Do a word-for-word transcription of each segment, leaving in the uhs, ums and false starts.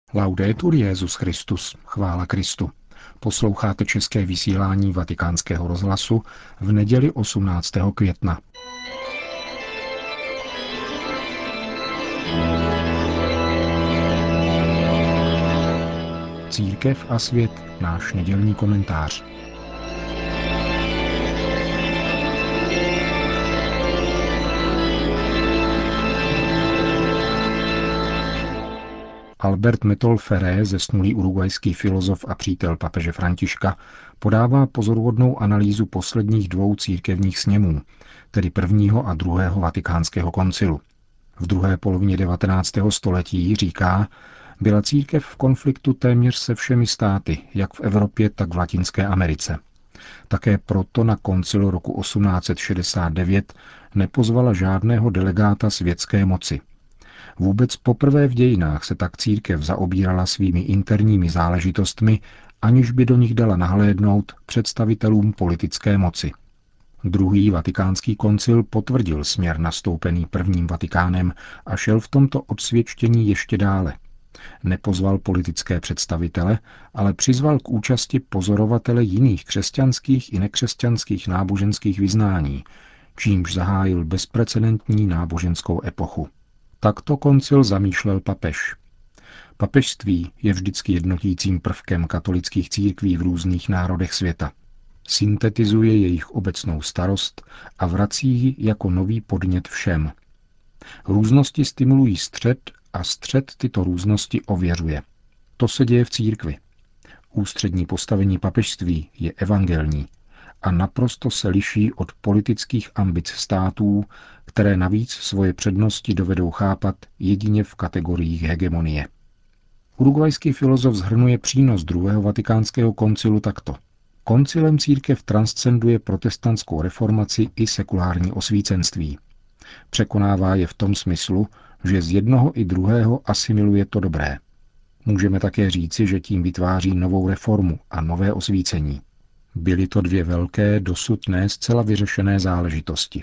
Laudetur Jesus Christus, chvála Kristu. Posloucháte české vysílání Vatikánského rozhlasu v neděli osmnáctého května. Církev a svět, náš nedělní komentář. Albert Metol Ferré, zesnulý urugvajský filozof a přítel papeže Františka, podává pozoruhodnou analýzu posledních dvou církevních sněmů, tedy prvního a druhého vatikánského koncilu. V druhé polovině devatenáctého století, říká, byla církev v konfliktu téměř se všemi státy, jak v Evropě, tak v Latinské Americe. Také proto na koncil roku osmnáct set šedesát devět nepozvala žádného delegáta světské moci. Vůbec poprvé v dějinách se tak církev zaobírala svými interními záležitostmi, aniž by do nich dala nahlédnout představitelům politické moci. Druhý vatikánský koncil potvrdil směr nastoupený prvním Vatikánem a šel v tomto odsvědčení ještě dále. Nepozval politické představitele, ale přizval k účasti pozorovatele jiných křesťanských i nekřesťanských náboženských vyznání, čímž zahájil bezprecedentní náboženskou epochu. Takto koncil zamýšlel papež. Papežství je vždycky jednotícím prvkem katolických církví v různých národech světa. Syntetizuje jejich obecnou starost a vrací ji jako nový podnět všem. Různosti stimulují střed a střed tyto různosti ověřuje. To se děje v církvi. Ústřední postavení papežství je evangelní a naprosto se liší od politických ambic států, které navíc svoje přednosti dovedou chápat jedině v kategoriích hegemonie. Urugvajský filozof shrnuje přínos druhého vatikánského koncilu takto. Koncilem církev transcenduje protestantskou reformaci i sekulární osvícenství. Překonává je v tom smyslu, že z jednoho i druhého asimiluje to dobré. Můžeme také říci, že tím vytváří novou reformu a nové osvícení. Byly to dvě velké, dosud ne zcela vyřešené záležitosti.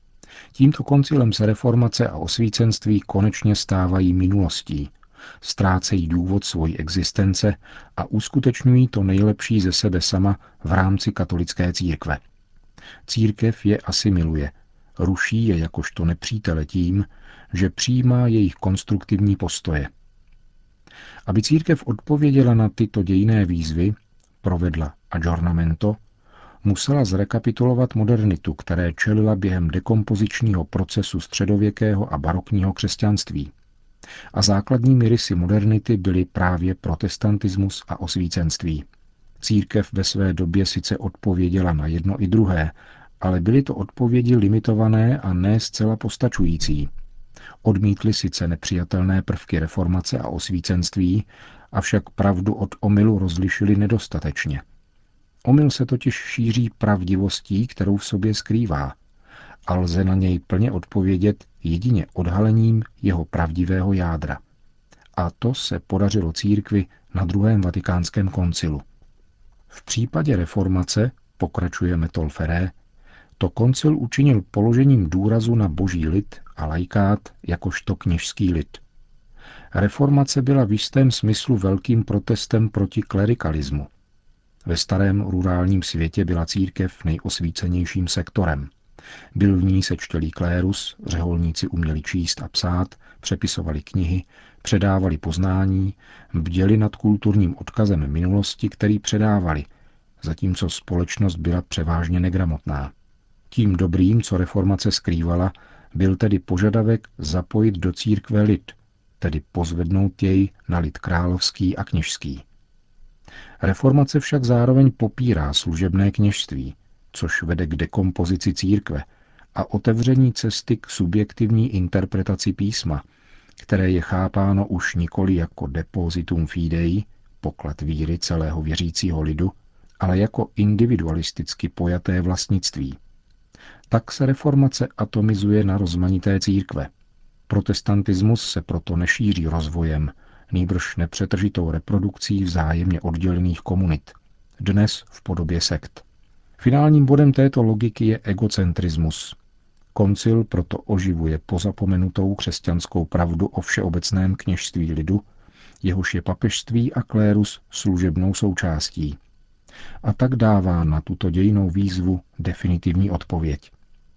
Tímto koncilem se reformace a osvícenství konečně stávají minulostí, ztrácejí důvod svojí existence a uskutečňují to nejlepší ze sebe sama v rámci katolické církve. Církev je asimiluje, ruší je jakožto nepřítele tím, že přijímá jejich konstruktivní postoje. Aby církev odpověděla na tyto dějinné výzvy, provedla aggiornamento, musela zrekapitulovat modernitu, které čelila během dekompozičního procesu středověkého a barokního křesťanství. A základními rysy modernity byly právě protestantismus a osvícenství. Církev ve své době sice odpověděla na jedno i druhé, ale byly to odpovědi limitované a ne zcela postačující. Odmítli sice nepřijatelné prvky reformace a osvícenství, avšak pravdu od omylu rozlišili nedostatečně. Omyl se totiž šíří pravdivostí, kterou v sobě skrývá, a lze na něj plně odpovědět jedině odhalením jeho pravdivého jádra. A to se podařilo církvi na druhém vatikánském koncilu. V případě reformace, pokračuje Metol Ferré, to koncil učinil položením důrazu na boží lid a laikát jakožto kněžský lid. Reformace byla v jistém smyslu velkým protestem proti klerikalismu. Ve starém rurálním světě byla církev nejosvícenějším sektorem. Byl v ní sečtělý klérus, řeholníci uměli číst a psát, přepisovali knihy, předávali poznání, bděli nad kulturním odkazem minulosti, který předávali, zatímco společnost byla převážně negramotná. Tím dobrým, co reformace skrývala, byl tedy požadavek zapojit do církve lid, tedy pozvednout jej na lid královský a kněžský. Reformace však zároveň popírá služebné kněžství, což vede k dekompozici církve a otevření cesty k subjektivní interpretaci písma, které je chápáno už nikoli jako depositum fidei, poklad víry celého věřícího lidu, ale jako individualisticky pojaté vlastnictví. Tak se reformace atomizuje na rozmanité církve. Protestantismus se proto nešíří rozvojem, nýbrž nepřetržitou reprodukcí vzájemně oddělených komunit, dnes v podobě sekt. Finálním bodem této logiky je egocentrismus. Koncil proto oživuje pozapomenutou křesťanskou pravdu o všeobecném kněžství lidu jehož je papežství a klérus služebnou součástí. A tak dává na tuto dějinnou výzvu definitivní odpověď.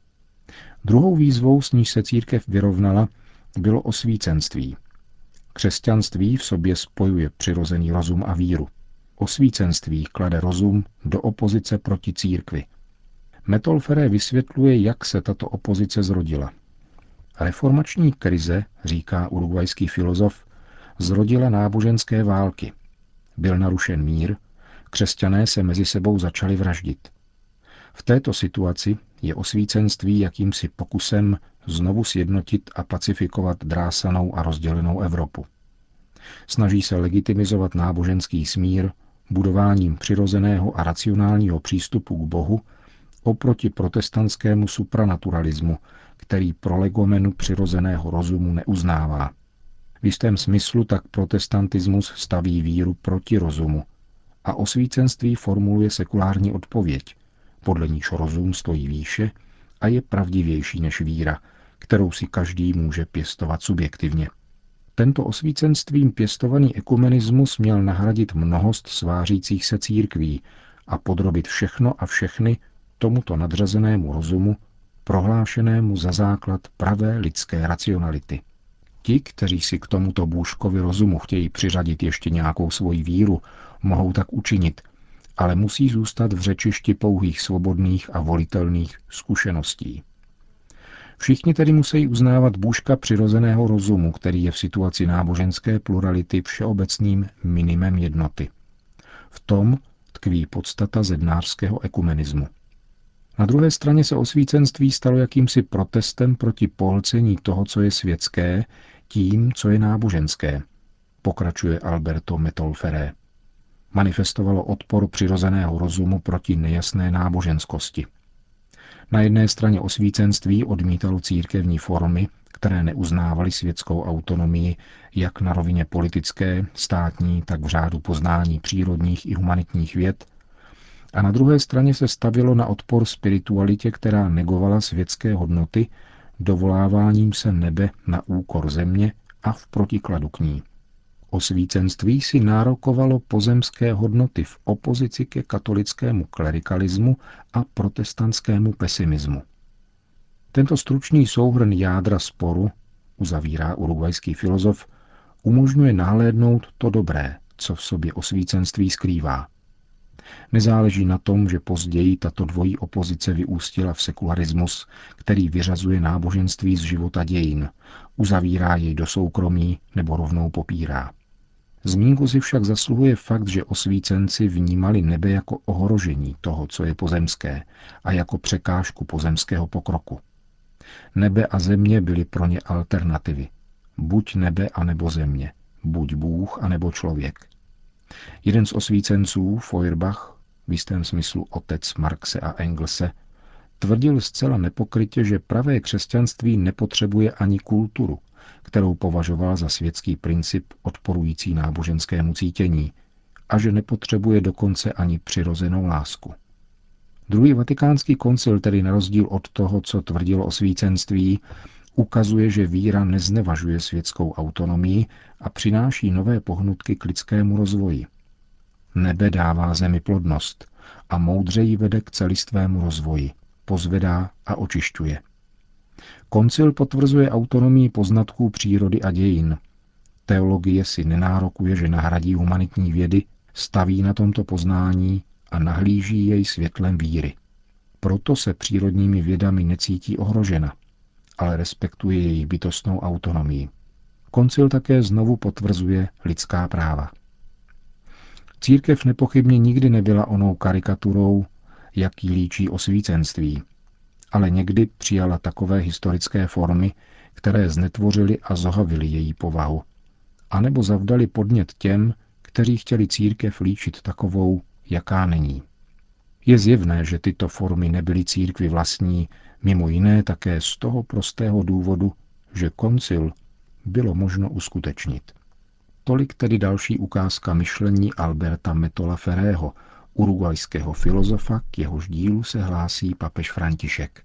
Druhou výzvou, s níž se církev vyrovnala, bylo osvícenství. Křesťanství v sobě spojuje přirozený rozum a víru. Osvícenství klade rozum do opozice proti církvi. Metolferé vysvětluje, jak se tato opozice zrodila. Reformační krize, říká urugvajský filozof, zrodila náboženské války. Byl narušen mír, křesťané se mezi sebou začali vraždit. V této situaci je osvícenství jakýmsi pokusem znovu sjednotit a pacifikovat drásanou a rozdělenou Evropu. Snaží se legitimizovat náboženský smír budováním přirozeného a racionálního přístupu k Bohu oproti protestantskému supranaturalismu, který prolegomenu přirozeného rozumu neuznává. V jistém smyslu tak protestantismus staví víru proti rozumu a osvícenství formuluje sekulární odpověď, podle níž rozum stojí výše a je pravdivější než víra, kterou si každý může pěstovat subjektivně. Tento osvícenstvím pěstovaný ekumenismus měl nahradit mnohost svářících se církví a podrobit všechno a všechny tomuto nadřazenému rozumu, prohlášenému za základ pravé lidské racionality. Ti, kteří si k tomuto bůžkovi rozumu chtějí přiřadit ještě nějakou svoji víru, mohou tak učinit, ale musí zůstat v řečišti pouhých svobodných a volitelných zkušeností. Všichni tedy musí uznávat bůžka přirozeného rozumu, který je v situaci náboženské plurality všeobecným minimem jednoty. V tom tkví podstata zednářského ekumenismu. Na druhé straně se osvícenství stalo jakýmsi protestem proti pohlcení toho, co je světské, tím, co je náboženské, pokračuje Alberto Metolferé. Manifestovalo odpor přirozeného rozumu proti nejasné náboženskosti. Na jedné straně osvícenství odmítalo církevní formy, které neuznávaly světskou autonomii jak na rovině politické, státní, tak v řádu poznání přírodních i humanitních věd, a na druhé straně se stavilo na odpor spiritualitě, která negovala světské hodnoty, dovoláváním se nebe na úkor země a v protikladu k ní. Osvícenství si nárokovalo pozemské hodnoty v opozici ke katolickému klerikalismu a protestantskému pesimismu. Tento stručný souhrn jádra sporu, uzavírá urugvajský filozof, umožňuje nahlédnout to dobré, co v sobě osvícenství skrývá. Nezáleží na tom, že později tato dvojí opozice vyústila v sekularismus, který vyřazuje náboženství z života dějin, uzavírá jej do soukromí nebo rovnou popírá. Zmínku si však zasluhuje fakt, že osvícenci vnímali nebe jako ohrožení toho, co je pozemské, a jako překážku pozemského pokroku. Nebe a země byly pro ně alternativy. Buď nebe a nebo země, buď Bůh a nebo člověk. Jeden z osvícenců, Feuerbach, v jistém smyslu otec Marxe a Engelse, tvrdil zcela nepokrytě, že pravé křesťanství nepotřebuje ani kulturu, kterou považoval za světský princip odporující náboženskému cítění, a že nepotřebuje dokonce ani přirozenou lásku. Druhý vatikánský koncil tedy na rozdíl od toho, co tvrdilo osvícenství, ukazuje, že víra neznevažuje světskou autonomii a přináší nové pohnutky k lidskému rozvoji. Nebe dává zemi plodnost a moudře ji vede k celistvému rozvoji, pozvedá a očišťuje. Koncil potvrzuje autonomii poznatků přírody a dějin. Teologie si nenárokuje, že nahradí humanitní vědy, staví na tomto poznání a nahlíží jej světlem víry. Proto se přírodními vědami necítí ohrožena, ale respektuje její bytostnou autonomii. Koncil také znovu potvrzuje lidská práva. Církev nepochybně nikdy nebyla onou karikaturou, jaký líčí osvícenství, ale někdy přijala takové historické formy, které znetvořily a zohavily její povahu, anebo zavdali podnět těm, kteří chtěli církev líčit takovou, jaká není. Je zjevné, že tyto formy nebyly církvi vlastní, mimo jiné také z toho prostého důvodu, že koncil bylo možno uskutečnit. Tolik tedy další ukázka myšlení Alberta Metola Ferrého, urugvajského filozofa, k jehož dílu se hlásí papež František.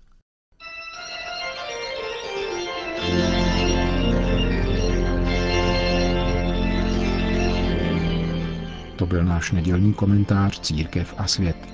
To byl náš nedělní komentář Církev a svět.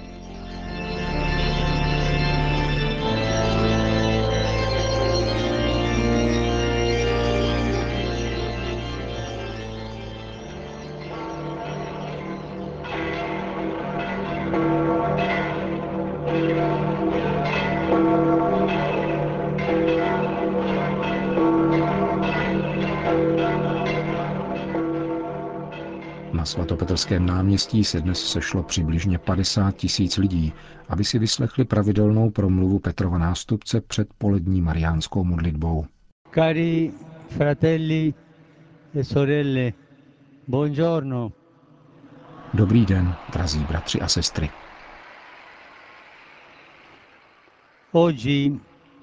Na svatopetrském náměstí se dnes sešlo přibližně padesát tisíc lidí, aby si vyslechli pravidelnou promluvu Petrova nástupce před polední mariánskou modlitbou. Cari fratelli e sorelle, buongiorno. Dobrý den, drazí bratři a sestry. Oggi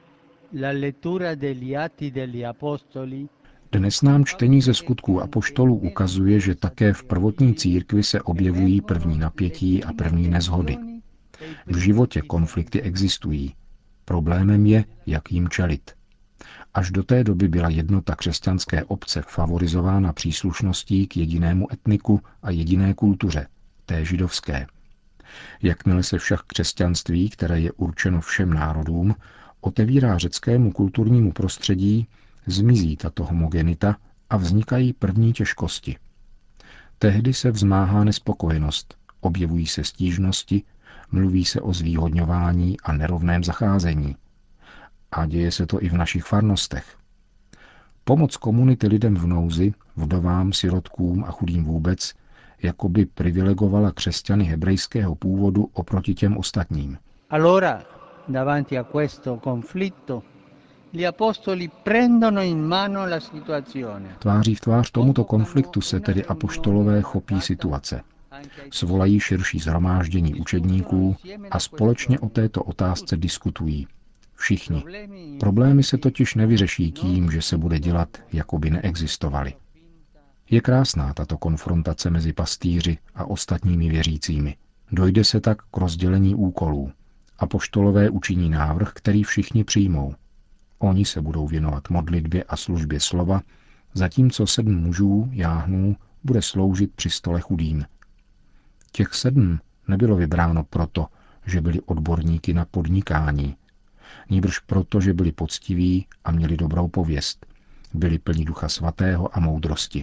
la lettura degli Atti degli Apostoli. Dnes nám čtení ze skutků apoštolů ukazuje, že také v prvotní církvi se objevují první napětí a první neshody. V životě konflikty existují. Problémem je, jak jim čelit. Až do té doby byla jednota křesťanské obce favorizována příslušností k jedinému etniku a jediné kultuře, té židovské. Jakmile se však křesťanství, které je určeno všem národům, otevírá řeckému kulturnímu prostředí, zmizí tato homogenita a vznikají první těžkosti. Tehdy se vzmáhá nespokojenost, objevují se stížnosti, mluví se o zvýhodňování a nerovném zacházení. A děje se to i v našich farnostech. Pomoc komunity lidem v nouzi, vdovám, sirotkům a chudým vůbec, jakoby privilegovala křesťany hebrejského původu oproti těm ostatním. Allora, davanti a questo conflitto, gli apostoli prendono in mano la situazione. Tváří v tvář tomuto konfliktu se tedy apoštolové chopí situace. Svolají širší shromáždění učedníků a společně o této otázce diskutují. Všichni. Problémy se totiž nevyřeší tím, že se bude dělat, jako by neexistovaly. Je krásná tato konfrontace mezi pastýři a ostatními věřícími. Dojde se tak k rozdělení úkolů. Apoštolové učiní návrh, který všichni přijmou. Oni se budou věnovat modlitbě a službě slova, zatímco sedm mužů, jáhnů, bude sloužit při stole chudým. Těch sedm nebylo vybráno proto, že byli odborníky na podnikání, nýbrž proto, že byli poctiví a měli dobrou pověst, byli plní Ducha Svatého a moudrosti.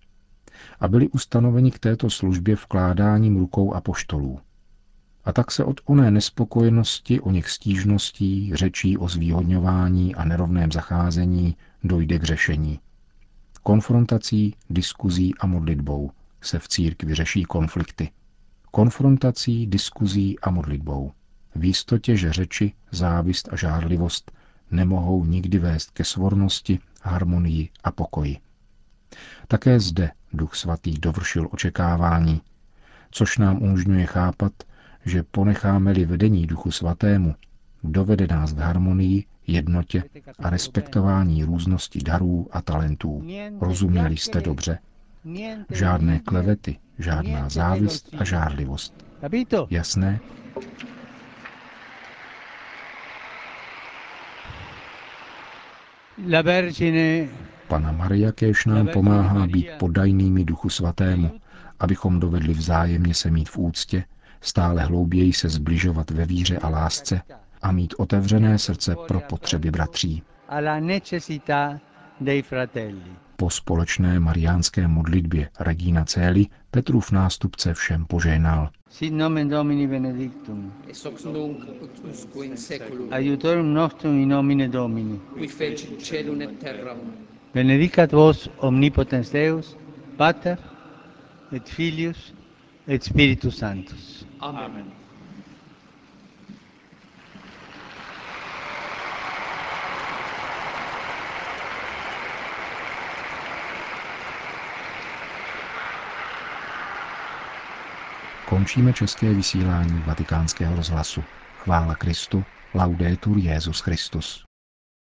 A byli ustanoveni k této službě vkládáním rukou apoštolů. A tak se od oné nespokojenosti, o něch stížností, řečí o zvýhodňování a nerovném zacházení dojde k řešení. Konfrontací, diskuzí a modlitbou se v církvi řeší konflikty. Konfrontací, diskuzí a modlitbou. V jistotě, že řeči, závist a žárlivost nemohou nikdy vést ke svornosti, harmonii a pokoji. Také zde Duch Svatý dovršil očekávání, což nám umožňuje chápat, že ponecháme-li vedení Duchu Svatému, dovede nás k harmonii, jednotě a respektování různosti darů a talentů. Rozuměli jste dobře? Žádné klevety, žádná závist a žárlivost. Jasné? Panna Maria kéž nám pomáhá být poddajnými Duchu Svatému, abychom dovedli vzájemně se mít v úctě, stále hlouběji se zbližovat ve víře a lásce a mít otevřené srdce pro potřeby bratří. Po společné mariánské modlitbě Regina Coeli Petrův nástupce všem požehnal. Sit nomen Domini benedictum. Ex hoc nunc ut usque in seculum. Aiutorium nostrum in nomine Domini. Qui fecit caelum et terram. Benedicat vos omnipotens Deus, Pater et Filius et Spiritus Sanctus. Amen. Končíme české vysílání Vatikánského rozhlasu. Chvála Kristu, laudetur Jesus Christus.